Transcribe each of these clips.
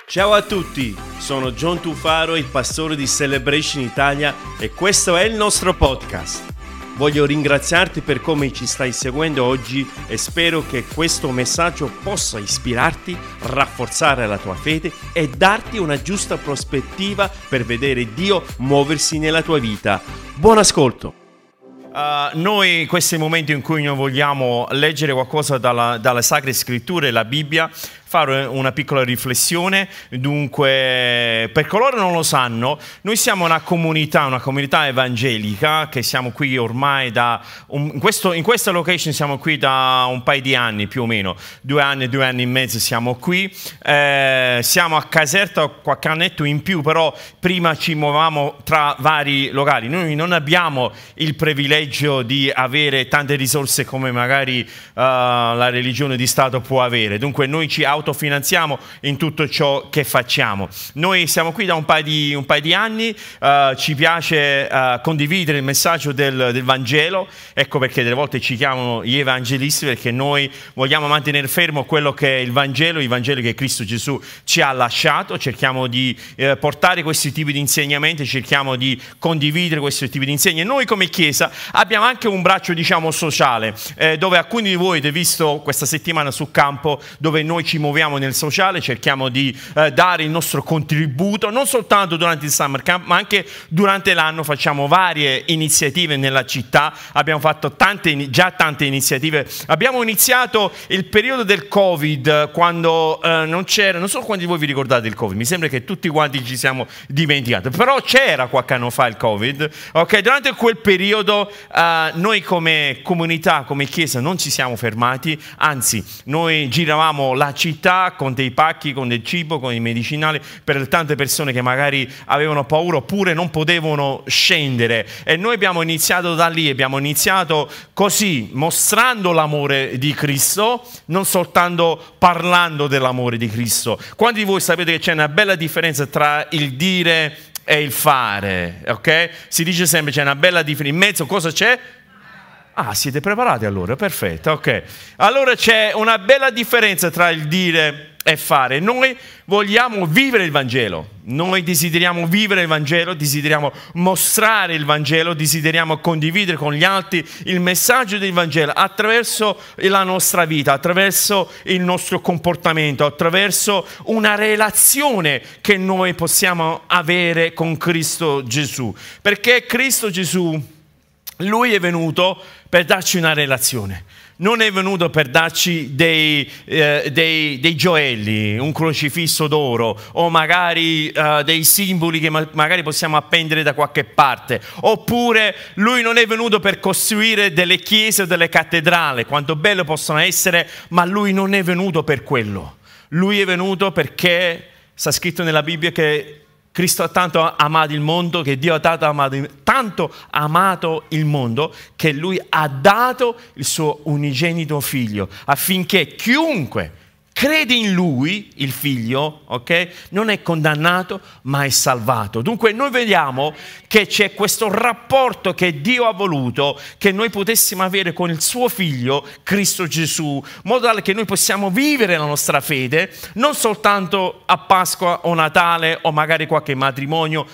Ciao a tutti, sono John Tufaro, il pastore di Celebration Italia e questo è il nostro podcast. Voglio ringraziarti per come ci stai seguendo oggi e spero che questo messaggio possa ispirarti, rafforzare la tua fede e darti una giusta prospettiva per vedere Dio muoversi nella tua vita. Buon ascolto! Noi questo è il momento in cui noi vogliamo leggere qualcosa dalle Sacre Scritture, la Bibbia, fare una piccola riflessione. Dunque, per coloro che non lo sanno, noi siamo una comunità evangelica che siamo qui ormai in questa location siamo qui da un paio di anni più o meno, 2 anni e mezzo siamo qui. Siamo a Caserta qualche annetto in più, però prima ci muovevamo tra vari locali. Noi non abbiamo il privilegio di avere tante risorse come magari la religione di Stato può avere, dunque noi ci autofinanziamo in tutto ciò che facciamo. Noi siamo qui da un paio di anni, ci piace condividere il messaggio del Vangelo, ecco perché delle volte ci chiamano gli evangelisti, perché noi vogliamo mantenere fermo quello che è il Vangelo che Cristo Gesù ci ha lasciato, cerchiamo di portare questi tipi di insegnamenti, cerchiamo di condividere questi tipi di insegnamenti. Noi come Chiesa abbiamo anche un braccio sociale, dove alcuni di voi avete visto questa settimana sul campo, dove noi ci muoviamo nel sociale, cerchiamo di dare il nostro contributo, non soltanto durante il summer camp, ma anche durante l'anno. Facciamo varie iniziative nella città, abbiamo fatto tante iniziative. Abbiamo iniziato il periodo del Covid, quando non c'era, non so quanti di voi vi ricordate il Covid, mi sembra che tutti quanti ci siamo dimenticati, però c'era qualche anno fa il Covid, ok? Durante quel periodo noi come comunità, come Chiesa non ci siamo fermati, anzi noi giravamo la città con dei pacchi, con del cibo, con i medicinali per tante persone che magari avevano paura oppure non potevano scendere, e noi abbiamo iniziato da lì, abbiamo iniziato così, mostrando l'amore di Cristo, non soltanto parlando dell'amore di Cristo. Quanti di voi sapete che c'è una bella differenza tra il dire e il fare, ok? Si dice sempre c'è una bella differenza, in mezzo cosa c'è? Ah, siete preparati allora, perfetto, ok. Allora c'è una bella differenza tra il dire e fare. Noi vogliamo vivere il Vangelo, noi desideriamo vivere il Vangelo, desideriamo mostrare il Vangelo, desideriamo condividere con gli altri il messaggio del Vangelo attraverso la nostra vita, attraverso il nostro comportamento, attraverso una relazione che noi possiamo avere con Cristo Gesù. Perché Cristo Gesù, Lui è venuto per darci una relazione. Non è venuto per darci dei gioielli, un crocifisso d'oro o magari dei simboli che magari possiamo appendere da qualche parte. Oppure Lui non è venuto per costruire delle chiese o delle cattedrali, quanto belle possono essere, ma Lui non è venuto per quello. Lui è venuto perché sta scritto nella Bibbia che Cristo ha tanto amato il mondo, che Dio ha tanto amato il mondo, che Lui ha dato il suo unigenito figlio, affinché chiunque crede in Lui, il figlio, ok? Non è condannato, ma è salvato. Dunque noi vediamo che c'è questo rapporto che Dio ha voluto che noi potessimo avere con il suo figlio, Cristo Gesù, in modo tale che noi possiamo vivere la nostra fede, non soltanto a Pasqua o Natale o magari qualche matrimonio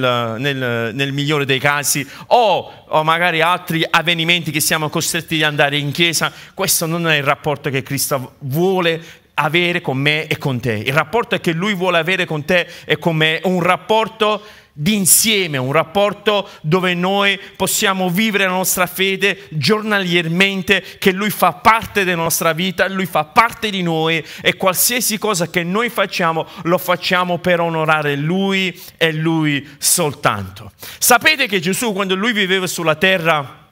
nel migliore dei casi, o magari altri avvenimenti che siamo costretti ad andare in chiesa. Questo non è il rapporto che Cristo vuole avere con me e con te. Il rapporto che Lui vuole avere con te e con me è un rapporto di insieme, un rapporto dove noi possiamo vivere la nostra fede giornaliermente, che Lui fa parte della nostra vita, Lui fa parte di noi, e qualsiasi cosa che noi facciamo lo facciamo per onorare Lui e Lui soltanto. Sapete che Gesù, quando Lui viveva sulla terra,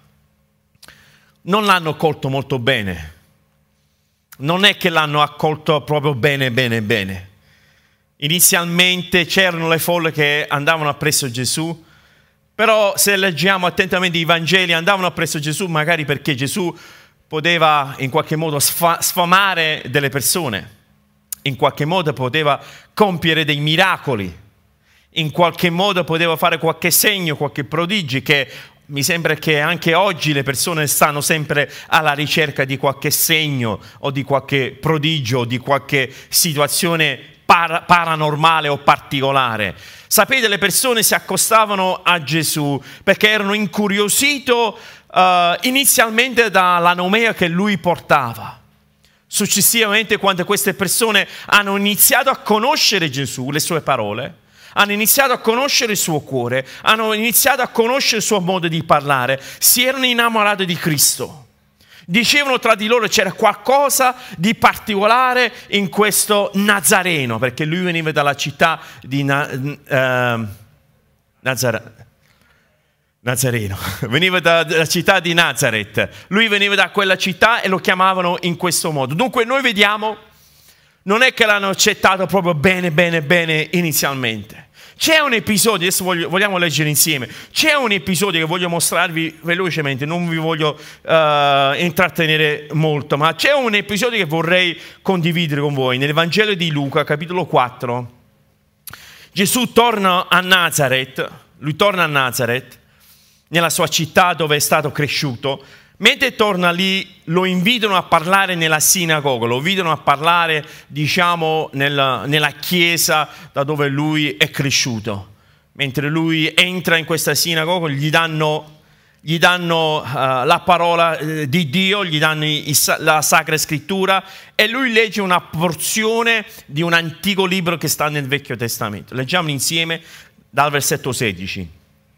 non l'hanno accolto molto bene. Non è che l'hanno accolto proprio bene. Inizialmente c'erano le folle che andavano appresso Gesù, però se leggiamo attentamente i Vangeli andavano appresso Gesù magari perché Gesù poteva in qualche modo sfamare delle persone, in qualche modo poteva compiere dei miracoli, in qualche modo poteva fare qualche segno, qualche prodigio, che mi sembra che anche oggi le persone stanno sempre alla ricerca di qualche segno o di qualche prodigio o di qualche situazione paranormale o particolare. Sapete, le persone si accostavano a Gesù perché erano incuriositi inizialmente dalla nomea che lui portava. Successivamente, quando queste persone hanno iniziato a conoscere Gesù, le sue parole, hanno iniziato a conoscere il suo cuore, hanno iniziato a conoscere il suo modo di parlare, si erano innamorati di Cristo. Dicevano tra di loro c'era qualcosa di particolare in questo Nazareno, perché lui veniva dalla città di Nazareno, veniva dalla città di Nazareth. Lui veniva da quella città e lo chiamavano in questo modo. Dunque noi vediamo, non è che l'hanno accettato proprio bene inizialmente. C'è un episodio, adesso vogliamo leggere insieme, c'è un episodio che voglio mostrarvi velocemente, non vi voglio intrattenere molto, ma c'è un episodio che vorrei condividere con voi. Nel Vangelo di Luca, capitolo 4, Gesù torna a Nazareth, nella sua città dove è stato cresciuto. Mentre torna lì, lo invitano a parlare nella sinagoga, lo invitano a parlare, diciamo, nella chiesa da dove lui è cresciuto. Mentre lui entra in questa sinagoga, gli danno la parola di Dio, gli danno la Sacra Scrittura e lui legge una porzione di un antico libro che sta nel Vecchio Testamento. Leggiamo insieme dal versetto 16.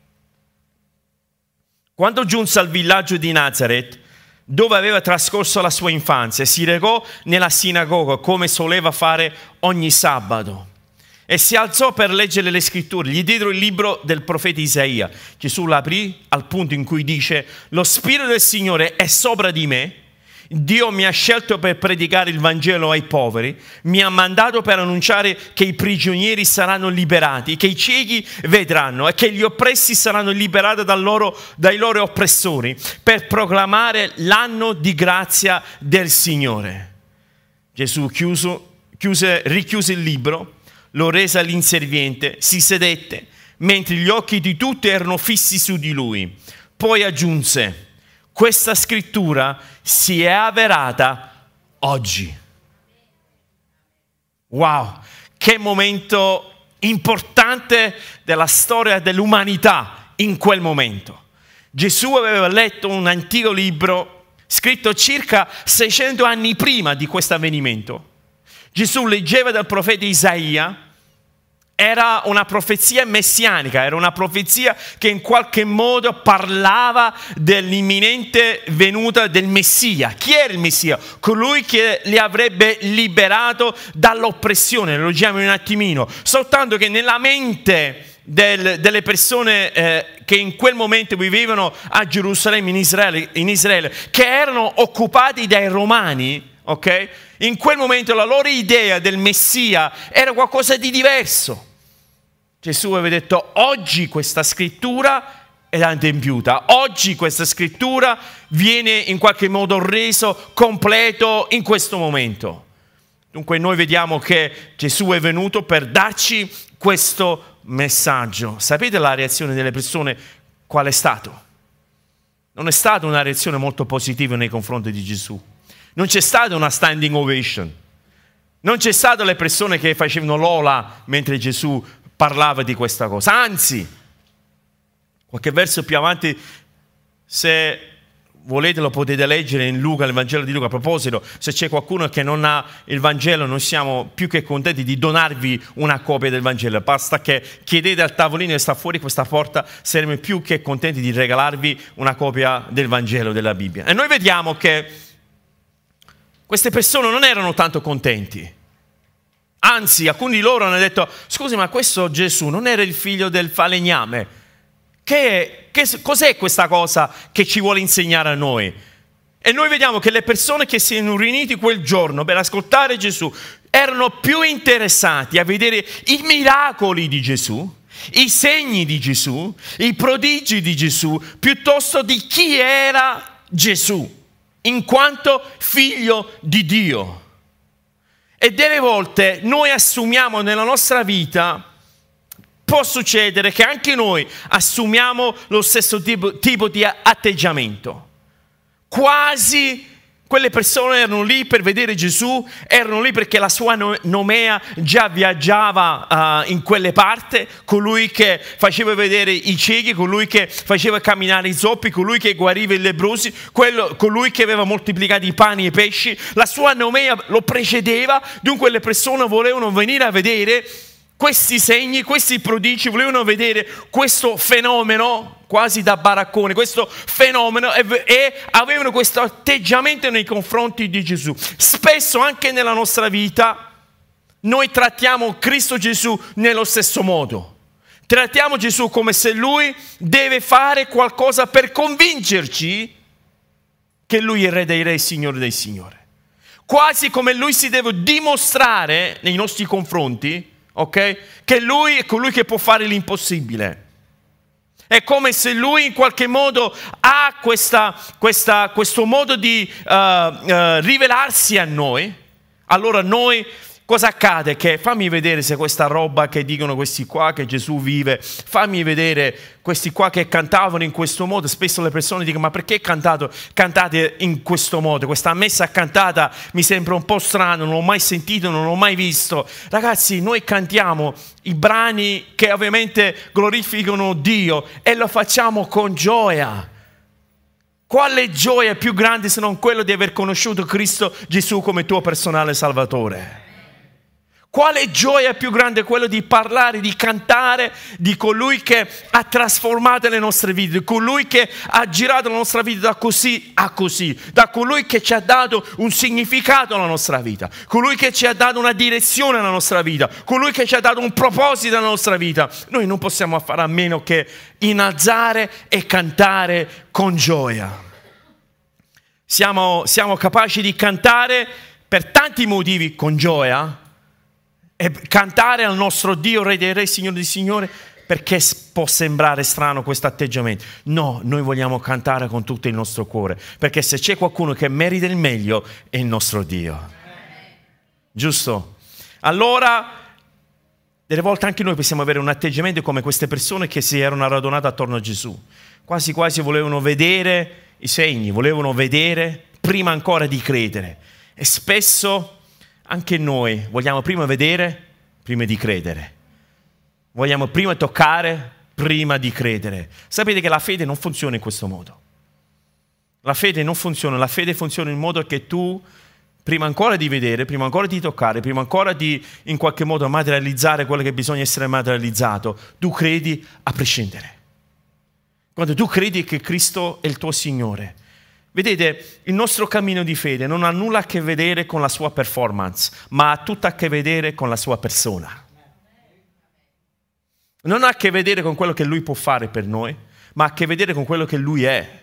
Quando giunse al villaggio di Nazareth, dove aveva trascorso la sua infanzia, si recò nella sinagoga come soleva fare ogni sabato e si alzò per leggere le scritture. Gli diedero il libro del profeta Isaia. Gesù l'aprì al punto in cui dice: «Lo Spirito del Signore è sopra di me. Dio mi ha scelto per predicare il Vangelo ai poveri, mi ha mandato per annunciare che i prigionieri saranno liberati, che i ciechi vedranno e che gli oppressi saranno liberati dai loro oppressori, per proclamare l'anno di grazia del Signore». Gesù richiuse il libro, lo rese all'inserviente, si sedette, mentre gli occhi di tutti erano fissi su di lui. Poi aggiunse: «Questa scrittura si è avverata oggi». Wow, che momento importante della storia dell'umanità in quel momento. Gesù aveva letto un antico libro scritto circa 600 anni prima di questo avvenimento. Gesù leggeva dal profeta Isaia. Era una profezia messianica, era una profezia che in qualche modo parlava dell'imminente venuta del Messia. Chi era il Messia? Colui che li avrebbe liberato dall'oppressione. Lo leggiamo un attimino. Soltanto che nella mente delle persone che in quel momento vivevano a Gerusalemme, in Israele, che erano occupati dai Romani, ok? In quel momento la loro idea del Messia era qualcosa di diverso. Gesù aveva detto: oggi questa scrittura è adempiuta, oggi questa scrittura viene in qualche modo reso completo in questo momento. Dunque noi vediamo che Gesù è venuto per darci questo messaggio. Sapete la reazione delle persone qual è stato? Non è stata una reazione molto positiva nei confronti di Gesù. Non c'è stata una standing ovation. Non c'è stata le persone che facevano l'ola mentre Gesù parlava di questa cosa. Anzi, qualche verso più avanti, se volete lo potete leggere in Luca, il Vangelo di Luca. A proposito, se c'è qualcuno che non ha il Vangelo, noi siamo più che contenti di donarvi una copia del Vangelo. Basta che chiedete al tavolino che sta fuori questa porta, saremo più che contenti di regalarvi una copia del Vangelo della Bibbia. E noi vediamo che queste persone non erano tanto contenti. Anzi, alcuni di loro hanno detto: scusi, ma questo Gesù non era il figlio del falegname? Cos'è questa cosa che ci vuole insegnare a noi? E noi vediamo che le persone che si erano riunite quel giorno per ascoltare Gesù erano più interessati a vedere i miracoli di Gesù, i segni di Gesù, i prodigi di Gesù, piuttosto di chi era Gesù in quanto figlio di Dio. E delle volte noi assumiamo nella nostra vita, può succedere che anche noi assumiamo lo stesso tipo di atteggiamento. Quasi Quelle persone erano lì per vedere Gesù, erano lì perché la sua nomea già viaggiava in quelle parti, colui che faceva vedere i ciechi, colui che faceva camminare i zoppi, colui che guariva i lebbrosi, colui che aveva moltiplicato i pani e i pesci. La sua nomea lo precedeva, dunque le persone volevano venire a vedere questi segni, questi prodigi, volevano vedere questo fenomeno, quasi da baraccone, questo fenomeno, e avevano questo atteggiamento nei confronti di Gesù. Spesso anche nella nostra vita noi trattiamo Cristo Gesù nello stesso modo. Trattiamo Gesù come se Lui deve fare qualcosa per convincerci che Lui è il Re dei Re, Signore dei Signori. Quasi come Lui si deve dimostrare nei nostri confronti, ok? Che Lui è colui che può fare l'impossibile. È come se Lui in qualche modo ha questo modo di rivelarsi a noi. Allora noi, cosa accade? Che fammi vedere se questa roba che dicono questi qua, che Gesù vive, fammi vedere questi qua che cantavano in questo modo. Spesso le persone dicono: ma perché cantate in questo modo? Questa messa cantata mi sembra un po' strano, non l'ho mai sentito, non l'ho mai visto. Ragazzi, noi cantiamo i brani che ovviamente glorificano Dio e lo facciamo con gioia. Quale gioia più grande se non quello di aver conosciuto Cristo Gesù come tuo personale Salvatore? Quale gioia più grande è quello di parlare, di cantare di colui che ha trasformato le nostre vite, di colui che ha girato la nostra vita da così a così, da colui che ci ha dato un significato alla nostra vita, colui che ci ha dato una direzione alla nostra vita, colui che ci ha dato un proposito alla nostra vita. Noi non possiamo fare a meno che innalzare e cantare con gioia. Siamo capaci di cantare per tanti motivi con gioia, e cantare al nostro Dio, Re dei Re, Signore dei Signori, perché può sembrare strano questo atteggiamento. No, noi vogliamo cantare con tutto il nostro cuore, perché se c'è qualcuno che merita il meglio è il nostro Dio. Giusto? Allora, delle volte anche noi possiamo avere un atteggiamento come queste persone che si erano radunate attorno a Gesù. Quasi quasi volevano vedere i segni, volevano vedere prima ancora di credere. E spesso anche noi vogliamo prima vedere, prima di credere. Vogliamo prima toccare, prima di credere. Sapete che la fede non funziona in questo modo. La fede non funziona. La fede funziona in modo che tu, prima ancora di vedere, prima ancora di toccare, prima ancora di in qualche modo materializzare quello che bisogna essere materializzato, tu credi a prescindere. Quando tu credi che Cristo è il tuo Signore. Vedete, il nostro cammino di fede non ha nulla a che vedere con la sua performance, ma ha tutto a che vedere con la sua persona. Non ha a che vedere con quello che Lui può fare per noi, ma ha a che vedere con quello che Lui è.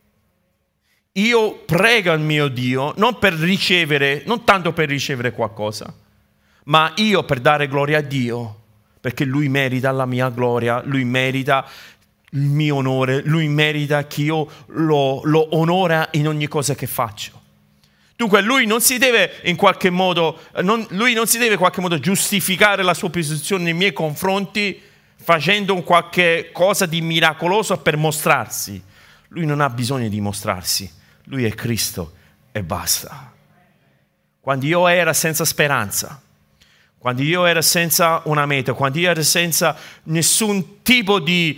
Io prego al mio Dio non tanto per ricevere qualcosa, ma io per dare gloria a Dio, perché Lui merita la mia gloria, Lui merita il mio onore, Lui merita che io lo onora in ogni cosa che faccio. Dunque Lui non si deve in qualche modo giustificare la sua posizione nei miei confronti facendo un qualche cosa di miracoloso per mostrarsi. Lui non ha bisogno di mostrarsi, Lui è Cristo e basta. Quando io ero senza speranza, quando io ero senza una meta, quando io ero senza nessun tipo di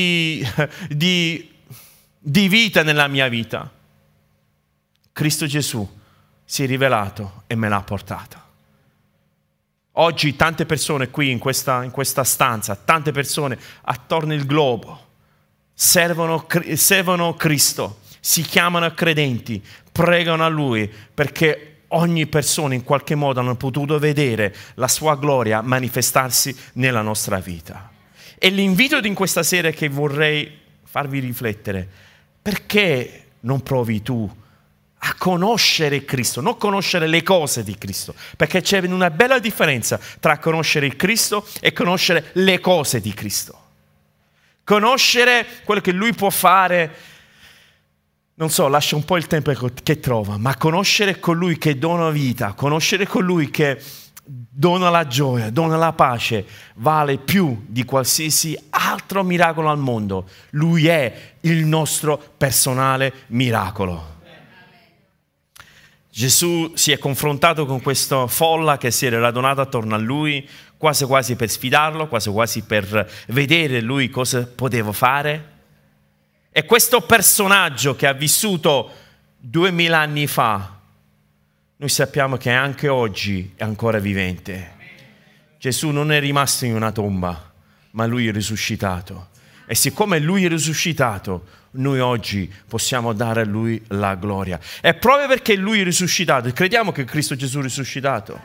vita nella mia vita, Cristo Gesù si è rivelato e me l'ha portata. Oggi tante persone qui in questa stanza, tante persone attorno al globo, servono Cristo, si chiamano credenti, pregano a Lui perché ogni persona in qualche modo hanno potuto vedere la sua gloria manifestarsi nella nostra vita. E l'invito di questa sera che vorrei farvi riflettere: perché non provi tu a conoscere Cristo, non conoscere le cose di Cristo? Perché c'è una bella differenza tra conoscere il Cristo e conoscere le cose di Cristo. Conoscere quello che Lui può fare, non so, lascia un po' il tempo che trova, ma conoscere colui che dona vita, conoscere colui che dona la gioia, dona la pace, vale più di qualsiasi altro miracolo al mondo. Lui è il nostro personale miracolo. Gesù si è confrontato con questa folla che si era radunata attorno a lui, quasi quasi per sfidarlo, quasi quasi per vedere lui cosa poteva fare. E questo personaggio che ha vissuto 2000 anni fa, noi sappiamo che anche oggi è ancora vivente. Gesù non è rimasto in una tomba, ma lui è risuscitato. E siccome lui è risuscitato, noi oggi possiamo dare a lui la gloria. E proprio perché lui è risuscitato, crediamo che Cristo Gesù è risuscitato.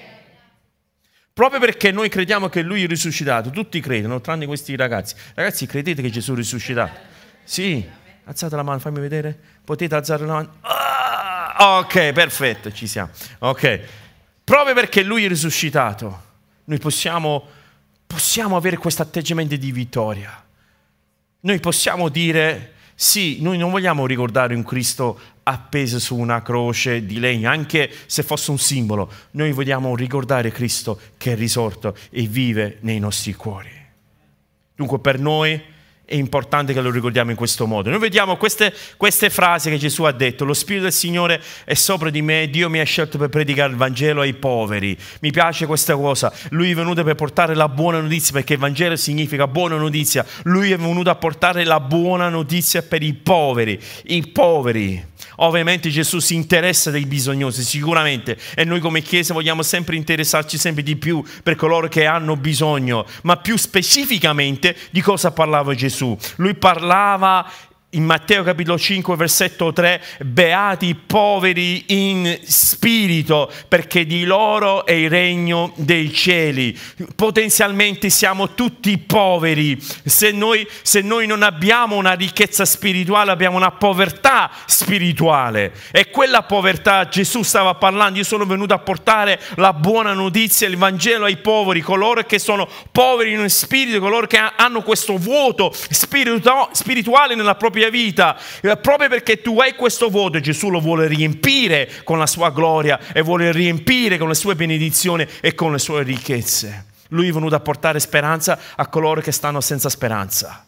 Proprio perché noi crediamo che lui è risuscitato, tutti credono, tranne questi ragazzi. Ragazzi, credete che Gesù è risuscitato? Sì. Alzate la mano, fammi vedere. Potete alzare la mano? Ok, perfetto, ci siamo. Ok. Proprio perché lui è risuscitato, noi possiamo avere questo atteggiamento di vittoria. Noi possiamo dire, sì, noi non vogliamo ricordare un Cristo appeso su una croce di legno, anche se fosse un simbolo. Noi vogliamo ricordare Cristo che è risorto e vive nei nostri cuori. Dunque per noi è importante che lo ricordiamo in questo modo. Noi vediamo queste frasi che Gesù ha detto: lo Spirito del Signore è sopra di me, Dio mi ha scelto per predicare il Vangelo ai poveri. Mi piace questa cosa. Lui è venuto per portare la buona notizia, perché il Vangelo significa buona notizia. Lui è venuto a portare la buona notizia per i poveri. I poveri. Ovviamente Gesù si interessa dei bisognosi, sicuramente, e noi come Chiesa vogliamo sempre interessarci sempre di più per coloro che hanno bisogno, ma più specificamente di cosa parlava Gesù. Lui parlava in Matteo capitolo 5 versetto 3: beati i poveri in spirito, perché di loro è il regno dei cieli. Potenzialmente siamo tutti poveri. Se noi non abbiamo una ricchezza spirituale, abbiamo una povertà spirituale, e quella povertà Gesù stava parlando. Io sono venuto a portare la buona notizia, il Vangelo ai poveri, coloro che sono poveri in spirito, coloro che hanno questo vuoto spirituale nella propria vita. Proprio perché tu hai questo vuoto, Gesù lo vuole riempire con la sua gloria e vuole riempire con le sue benedizioni e con le sue ricchezze. Lui è venuto a portare speranza a coloro che stanno senza speranza.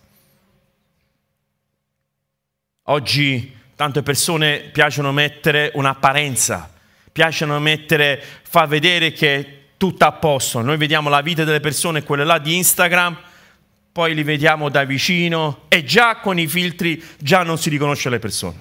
Oggi tante persone piacciono mettere un'apparenza, fa vedere che è tutto a posto. Noi vediamo la vita delle persone, quelle là di Instagram, poi li vediamo da vicino e già con i filtri già non si riconosce le persone.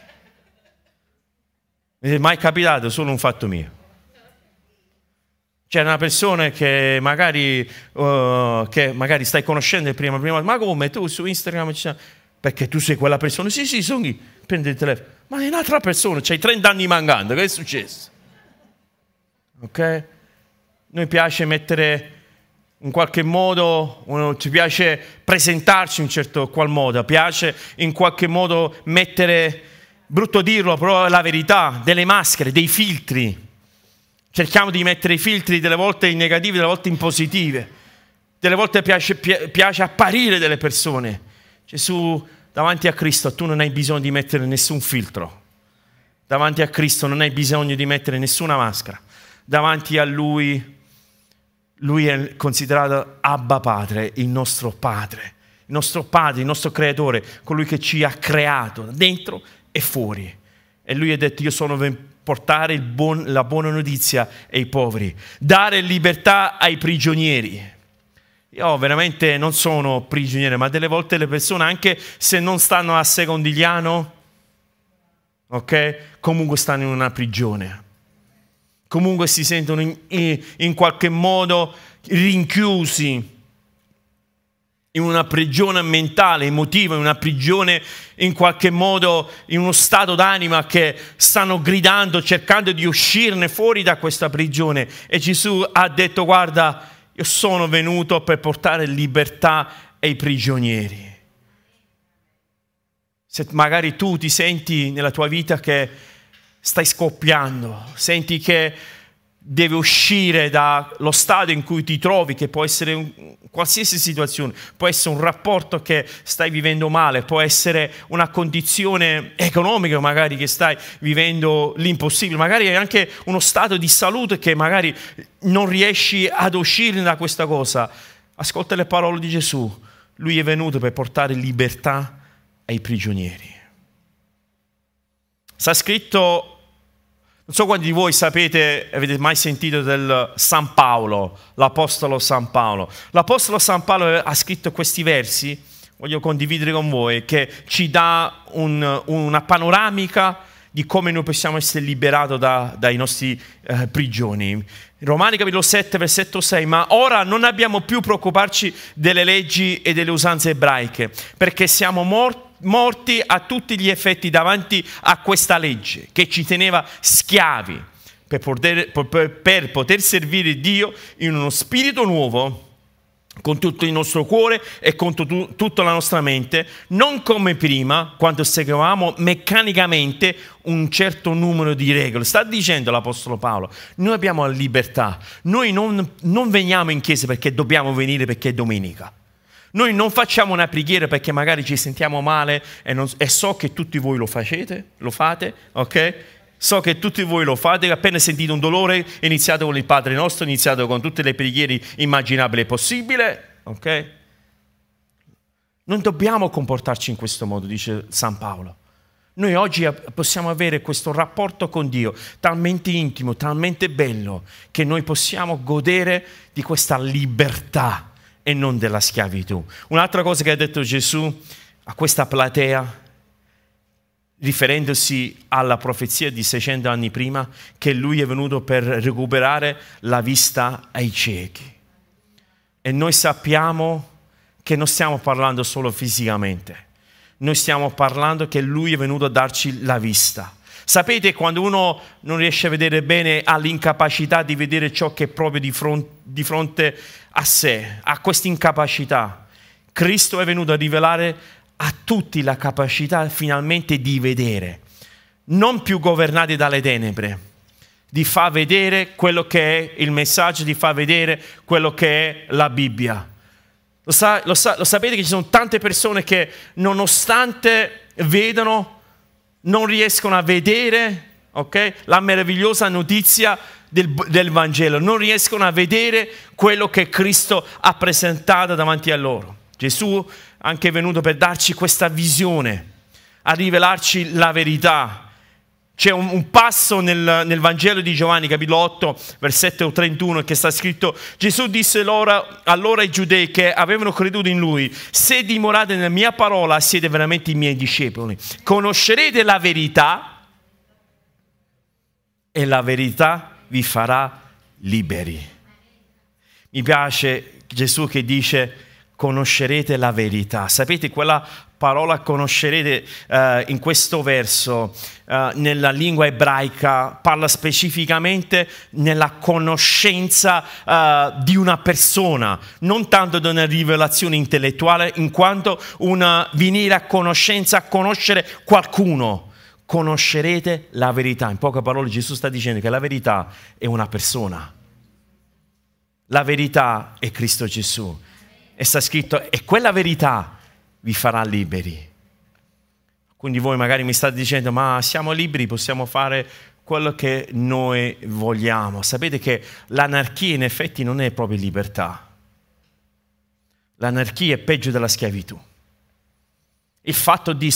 Mi è mai capitato? Solo un fatto mio. C'è una persona che magari stai conoscendo prima, ma come tu su Instagram? Perché tu sei quella persona? Sì, sono io. Prendi il telefono. Ma è un'altra persona, c'hai 30 anni mancando, che è successo? Ok? Noi piace mettere in qualche modo, ci piace presentarci in un certo qual modo, piace in qualche modo mettere, brutto dirlo, però è la verità, delle maschere, dei filtri. Cerchiamo di mettere i filtri delle volte in negativi, delle volte in positive. Delle volte piace apparire delle persone. Gesù, davanti a Cristo tu non hai bisogno di mettere nessun filtro. Davanti a Cristo non hai bisogno di mettere nessuna maschera. Davanti a Lui è considerato Abba Padre, il nostro Padre, il nostro Creatore, colui che ci ha creato dentro e fuori. E Lui ha detto: io sono per portare la buona notizia ai poveri, dare libertà ai prigionieri. Io veramente non sono prigioniero, ma delle volte le persone, anche se non stanno a Secondigliano, ok, comunque stanno in una prigione. Comunque si sentono in qualche modo rinchiusi in una prigione mentale, emotiva, in una prigione in qualche modo, in uno stato d'anima che stanno gridando, cercando di uscirne fuori da questa prigione. E Gesù ha detto: guarda, io sono venuto per portare libertà ai prigionieri. Se magari tu ti senti nella tua vita che stai scoppiando, senti che devi uscire dallo stato in cui ti trovi, che può essere qualsiasi situazione, può essere un rapporto che stai vivendo male, può essere una condizione economica magari che stai vivendo l'impossibile, magari è anche uno stato di salute che magari non riesci ad uscire da questa cosa. Ascolta le parole di Gesù. Lui è venuto per portare libertà ai prigionieri. Sta scritto Non so quanti di voi sapete, avete mai sentito del San Paolo, l'Apostolo San Paolo. L'Apostolo San Paolo ha scritto questi versi, voglio condividere con voi, che ci dà una panoramica di come noi possiamo essere liberati dai nostri prigioni. Romani capitolo 7, versetto 6, ma ora non abbiamo più preoccuparci delle leggi e delle usanze ebraiche, perché siamo morti a tutti gli effetti davanti a questa legge che ci teneva schiavi per poter servire Dio in uno spirito nuovo, con tutto il nostro cuore e con tutta la nostra mente, non come prima, quando seguivamo meccanicamente un certo numero di regole. Sta dicendo l'Apostolo Paolo, noi abbiamo la libertà, noi non veniamo in chiesa perché dobbiamo venire perché è domenica. Noi non facciamo una preghiera perché magari ci sentiamo male e so che tutti voi lo fate, ok? So che tutti voi lo fate, appena sentite un dolore, iniziate con il Padre nostro, iniziate con tutte le preghiere immaginabili e possibili, ok? Non dobbiamo comportarci in questo modo, dice San Paolo. Noi oggi possiamo avere questo rapporto con Dio talmente intimo, talmente bello, che noi possiamo godere di questa libertà e non della schiavitù. Un'altra cosa che ha detto Gesù a questa platea, riferendosi alla profezia di 600 anni prima, che lui è venuto per recuperare la vista ai ciechi. E noi sappiamo che non stiamo parlando solo fisicamente, noi stiamo parlando che lui è venuto a darci la vista. Sapete, quando uno non riesce a vedere bene, ha l'incapacità di vedere ciò che è proprio di fronte a sé, ha questa incapacità. Cristo è venuto a rivelare a tutti la capacità finalmente di vedere, non più governati dalle tenebre, di far vedere quello che è il messaggio, di far vedere quello che è la Bibbia. Lo sapete che ci sono tante persone che nonostante vedono, non riescono a vedere, ok? La meravigliosa notizia del Vangelo, non riescono a vedere quello che Cristo ha presentato davanti a loro. Gesù anche è venuto per darci questa visione, a rivelarci la verità. C'è un passo nel Vangelo di Giovanni, capitolo 8, versetto 31, che sta scritto: Gesù disse allora ai giudei che avevano creduto in lui: se dimorate nella mia parola siete veramente i miei discepoli, conoscerete la verità e la verità vi farà liberi. Mi piace Gesù che dice: conoscerete la verità. Sapete, quella parola conoscerete in questo verso nella lingua ebraica parla specificamente nella conoscenza di una persona, non tanto di una rivelazione intellettuale, in quanto venire a conoscenza, a conoscere qualcuno. Conoscerete la verità. In poche parole Gesù sta dicendo che la verità è una persona. La verità è Cristo Gesù. E sta scritto, e quella verità vi farà liberi. Quindi voi magari mi state dicendo, ma siamo liberi, possiamo fare quello che noi vogliamo. Sapete che l'anarchia in effetti non è proprio libertà. L'anarchia è peggio della schiavitù. Il fatto di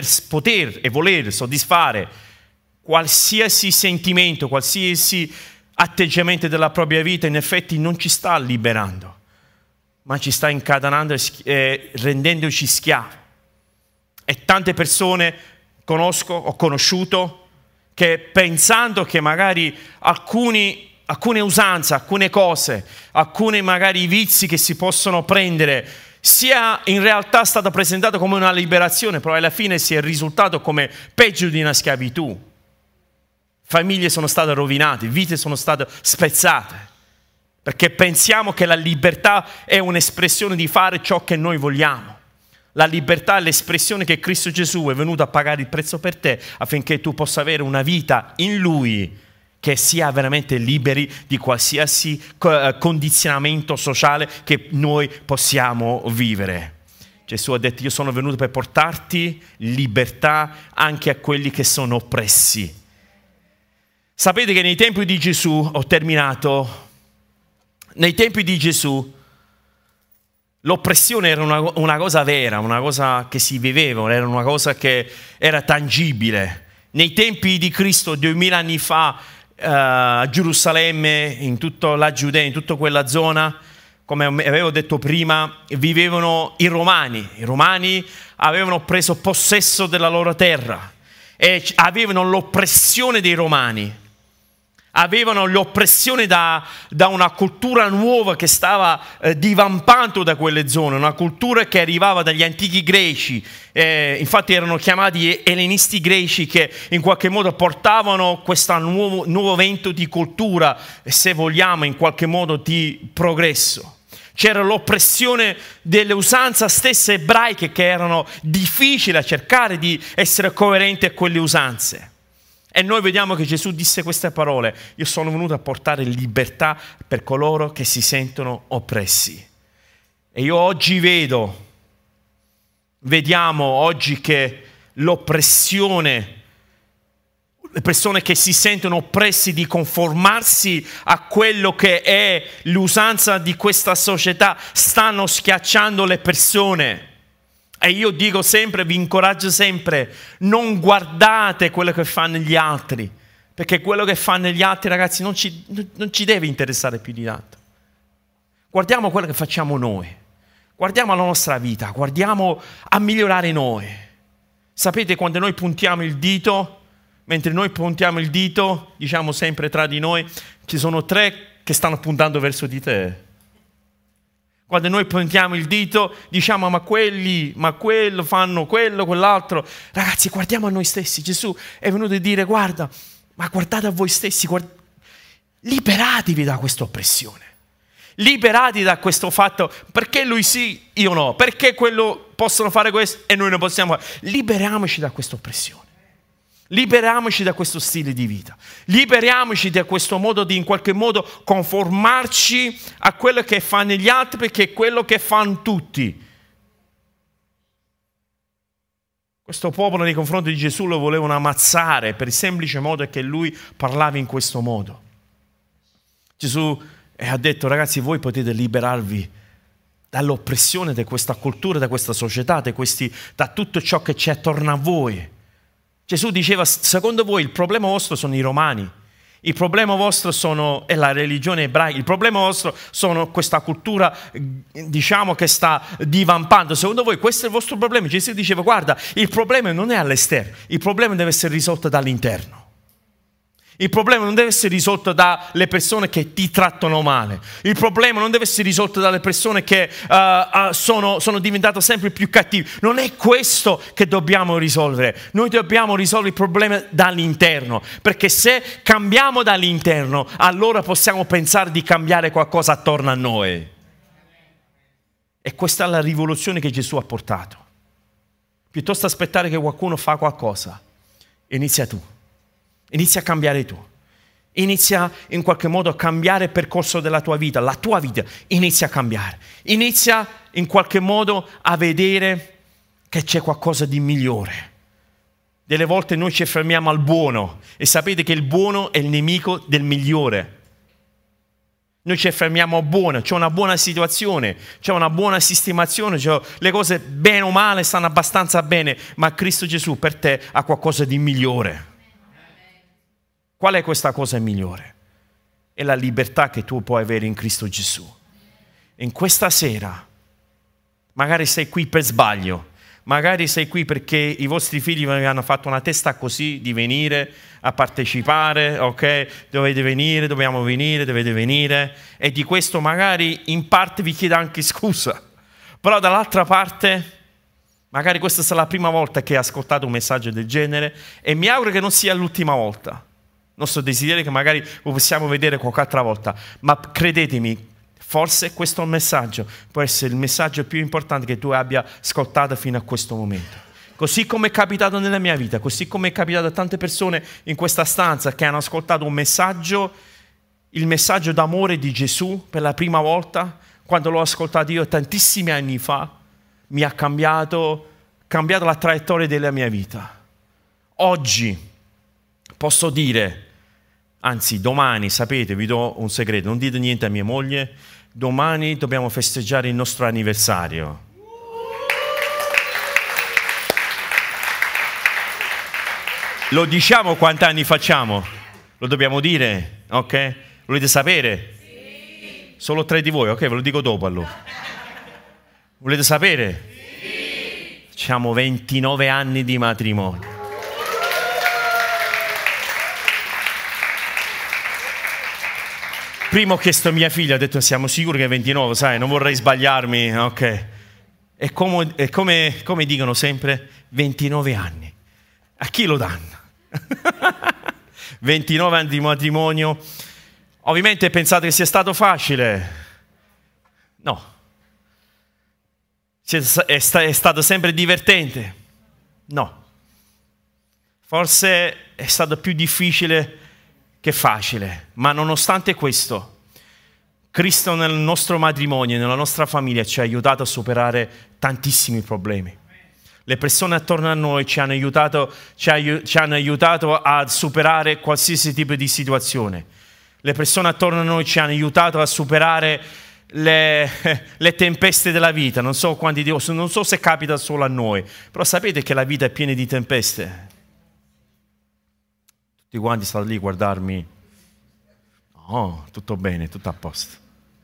voler soddisfare qualsiasi sentimento, qualsiasi atteggiamento della propria vita, in effetti non ci sta liberando, ma ci sta incatenando e rendendoci schiavi. E tante persone ho conosciuto, che pensando che magari alcune usanze, alcune cose, alcuni magari vizi che si possono prendere, sia in realtà stato presentato come una liberazione, però alla fine si è risultato come peggio di una schiavitù. Famiglie sono state rovinate, vite sono state spezzate. Perché pensiamo che la libertà è un'espressione di fare ciò che noi vogliamo. La libertà è l'espressione che Cristo Gesù è venuto a pagare il prezzo per te, affinché tu possa avere una vita in Lui che sia veramente liberi di qualsiasi condizionamento sociale che noi possiamo vivere. Gesù ha detto: io sono venuto per portarti libertà anche a quelli che sono oppressi. Sapete che nei tempi di Gesù, ho terminato, nei tempi di Gesù l'oppressione era una cosa vera, una cosa che si viveva, era una cosa che era tangibile. Nei tempi di Cristo, 2000 anni fa, a Gerusalemme, in tutta la Giudea, in tutta quella zona, come avevo detto prima, vivevano i Romani. I Romani avevano preso possesso della loro terra e avevano l'oppressione dei Romani. Avevano l'oppressione da una cultura nuova che stava divampando da quelle zone, una cultura che arrivava dagli antichi greci, infatti erano chiamati ellenisti greci, che in qualche modo portavano questo nuovo vento di cultura, se vogliamo, in qualche modo di progresso. C'era l'oppressione delle usanze stesse ebraiche, che erano difficili a cercare di essere coerenti a quelle usanze. E noi vediamo che Gesù disse queste parole: io sono venuto a portare libertà per coloro che si sentono oppressi. E io oggi vediamo oggi che l'oppressione, le persone che si sentono oppressi di conformarsi a quello che è l'usanza di questa società, stanno schiacciando le persone. E io dico sempre, vi incoraggio sempre, non guardate quello che fanno gli altri, perché quello che fanno gli altri, ragazzi, non ci deve interessare più di tanto. Guardiamo quello che facciamo noi, guardiamo la nostra vita, guardiamo a migliorare noi. Sapete, quando noi puntiamo il dito, mentre noi puntiamo il dito, diciamo sempre tra di noi, ci sono 3 che stanno puntando verso di te. Quando noi puntiamo il dito, diciamo ma quello fanno quello, quell'altro. Ragazzi, guardiamo a noi stessi. Gesù è venuto a dire: guarda, ma guardate a voi stessi, liberatevi da questa oppressione. Liberatevi da questo fatto, perché lui sì, io no, perché quello possono fare questo e noi non possiamo fare. Liberiamoci da questa oppressione. Liberiamoci da questo stile di vita, liberiamoci da questo modo di in qualche modo conformarci a quello che fanno gli altri, perché è quello che fanno tutti. Questo popolo nei confronti di Gesù lo volevano ammazzare per il semplice modo che lui parlava in questo modo. Gesù ha detto: ragazzi, voi potete liberarvi dall'oppressione di questa cultura, da questa società, da tutto ciò che c'è attorno a voi. Gesù diceva: secondo voi il problema vostro sono i romani, il problema vostro è la religione ebraica, il problema vostro sono questa cultura, diciamo, che sta divampando. Secondo voi questo è il vostro problema? Gesù diceva: guarda, il problema non è all'esterno, il problema deve essere risolto dall'interno. Il problema non deve essere risolto dalle persone che ti trattano male. Il problema non deve essere risolto dalle persone che sono diventate sempre più cattive. Non è questo che dobbiamo risolvere. Noi dobbiamo risolvere il problema dall'interno. Perché se cambiamo dall'interno, allora possiamo pensare di cambiare qualcosa attorno a noi. E questa è la rivoluzione che Gesù ha portato. Piuttosto aspettare che qualcuno fa qualcosa, inizia tu. Inizia a cambiare tu. Inizia in qualche modo a cambiare il percorso della tua vita. La tua vita inizia a cambiare. Inizia in qualche modo a vedere che c'è qualcosa di migliore. Delle volte noi ci fermiamo al buono e sapete che il buono è il nemico del migliore. Noi ci fermiamo a buono, c'è una buona situazione, c'è una buona sistemazione, le cose bene o male stanno abbastanza bene, ma Cristo Gesù per te ha qualcosa di migliore. Qual è questa cosa migliore? È la libertà che tu puoi avere in Cristo Gesù. In questa sera, magari sei qui per sbaglio, magari sei qui perché i vostri figli vi hanno fatto una testa così di venire a partecipare, ok? Dovete venire, dobbiamo venire, dovete venire. E di questo magari in parte vi chiedo anche scusa. Però dall'altra parte, magari questa sarà la prima volta che hai ascoltato un messaggio del genere e mi auguro che non sia l'ultima volta. Il nostro desiderio è che magari lo possiamo vedere qualche altra volta, ma credetemi, forse questo messaggio può essere il messaggio più importante che tu abbia ascoltato fino a questo momento. Così come è capitato nella mia vita, così come è capitato a tante persone in questa stanza che hanno ascoltato un messaggio, il messaggio d'amore di Gesù per la prima volta, quando l'ho ascoltato io tantissimi anni fa, mi ha cambiato la traiettoria della mia vita. Oggi posso dire, anzi domani, sapete, vi do un segreto, non dite niente a mia moglie, domani dobbiamo festeggiare il nostro anniversario. Lo diciamo quanti anni facciamo? Lo dobbiamo dire? Ok? Volete sapere? Sì. Solo 3 di voi? Ok, ve lo dico dopo allora. Volete sapere? Sì. Facciamo 29 anni di matrimonio. Prima ho chiesto a mia figlia, ho detto siamo sicuri che è 29, sai, non vorrei sbagliarmi, ok. E come dicono sempre, 29 anni. A chi lo danno? 29 anni di matrimonio. Ovviamente pensate che sia stato facile? No. È stato sempre divertente? No. Forse è stato più difficile che facile, ma nonostante questo, Cristo nel nostro matrimonio, nella nostra famiglia ci ha aiutato a superare tantissimi problemi. Le persone attorno a noi ci hanno aiutato a superare qualsiasi tipo di situazione. Le persone attorno a noi ci hanno aiutato a superare le tempeste della vita. Non so se capita solo a noi, però sapete che la vita è piena di tempeste. Tutti quanti stanno lì a guardarmi. No, tutto bene, tutto a posto.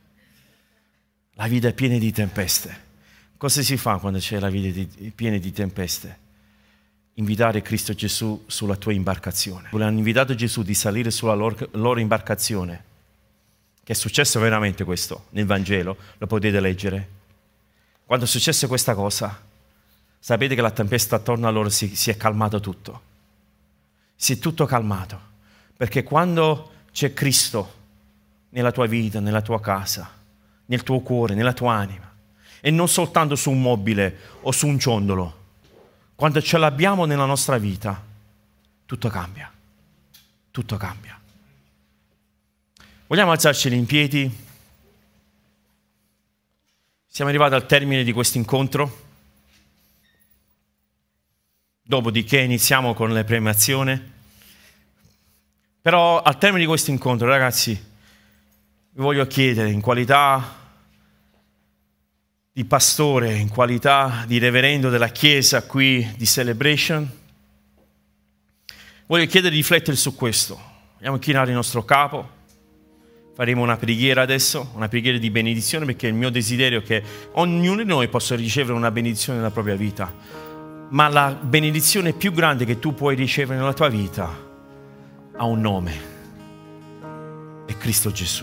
La vita è piena di tempeste. Cosa si fa quando c'è la vita piena di tempeste? Invitare Cristo Gesù sulla tua imbarcazione. Hanno invitato Gesù di salire sulla loro imbarcazione. Che è successo veramente questo nel Vangelo, lo potete leggere. Quando è successa questa cosa, sapete che la tempesta attorno a loro si è calmato tutto. Si è tutto calmato, perché quando c'è Cristo nella tua vita, nella tua casa, nel tuo cuore, nella tua anima, e non soltanto su un mobile o su un ciondolo, quando ce l'abbiamo nella nostra vita, tutto cambia, tutto cambia. Vogliamo alzarci in piedi? Siamo arrivati al termine di questo incontro. Dopodiché iniziamo con le premiazioni. Però al termine di questo incontro, ragazzi, vi voglio chiedere in qualità di pastore, in qualità di reverendo della Chiesa qui di Celebration, voglio chiedere di riflettere su questo. Vogliamo chinare il nostro capo. Faremo una preghiera adesso, una preghiera di benedizione, perché il mio desiderio è che ognuno di noi possa ricevere una benedizione nella propria vita. Ma la benedizione più grande che tu puoi ricevere nella tua vita ha un nome, è Cristo Gesù.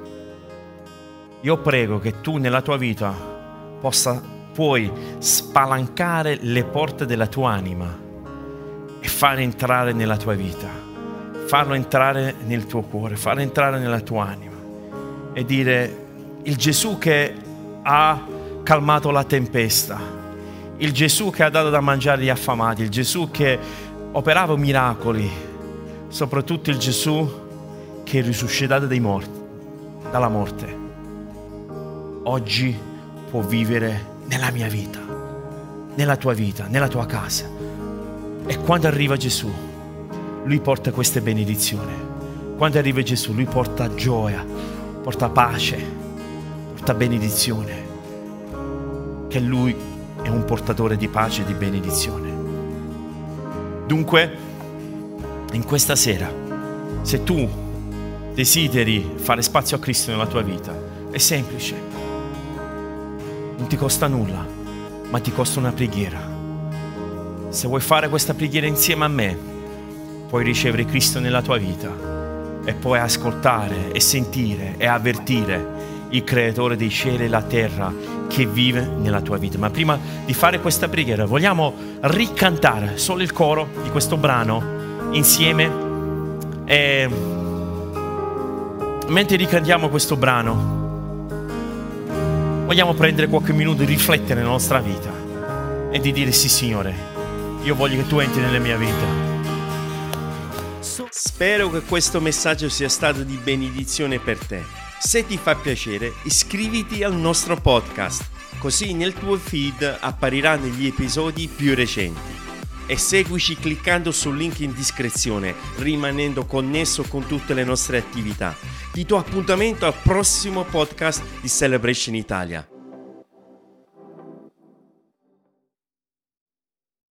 Io prego che tu nella tua vita puoi spalancare le porte della tua anima e fare entrare nella tua vita, farlo entrare nel tuo cuore, farlo entrare nella tua anima e dire: il Gesù che ha calmato la tempesta, il Gesù che ha dato da mangiare agli affamati, il Gesù che operava miracoli, soprattutto il Gesù che è risuscitato dalla morte, oggi può vivere nella mia vita, nella tua vita, nella tua casa. E quando arriva Gesù, Lui porta queste benedizioni. Quando arriva Gesù, Lui porta gioia, porta pace, porta benedizione. Che Lui è un portatore di pace e di benedizione. Dunque, in questa sera, se tu desideri fare spazio a Cristo nella tua vita, è semplice, non ti costa nulla, ma ti costa una preghiera. Se vuoi fare questa preghiera insieme a me, puoi ricevere Cristo nella tua vita e puoi ascoltare e sentire e avvertire il Creatore dei cieli e la terra che vive nella tua vita. Ma prima di fare questa preghiera vogliamo ricantare solo il coro di questo brano insieme, e mentre ricantiamo questo brano vogliamo prendere qualche minuto di riflettere nella nostra vita e di dire: sì Signore, io voglio che tu entri nella mia vita. Spero che questo messaggio sia stato di benedizione per te. Se ti fa piacere, iscriviti al nostro podcast, così nel tuo feed appariranno gli episodi più recenti. E seguici cliccando sul link in descrizione, rimanendo connesso con tutte le nostre attività. Ti do appuntamento al prossimo podcast di Celebration Italia.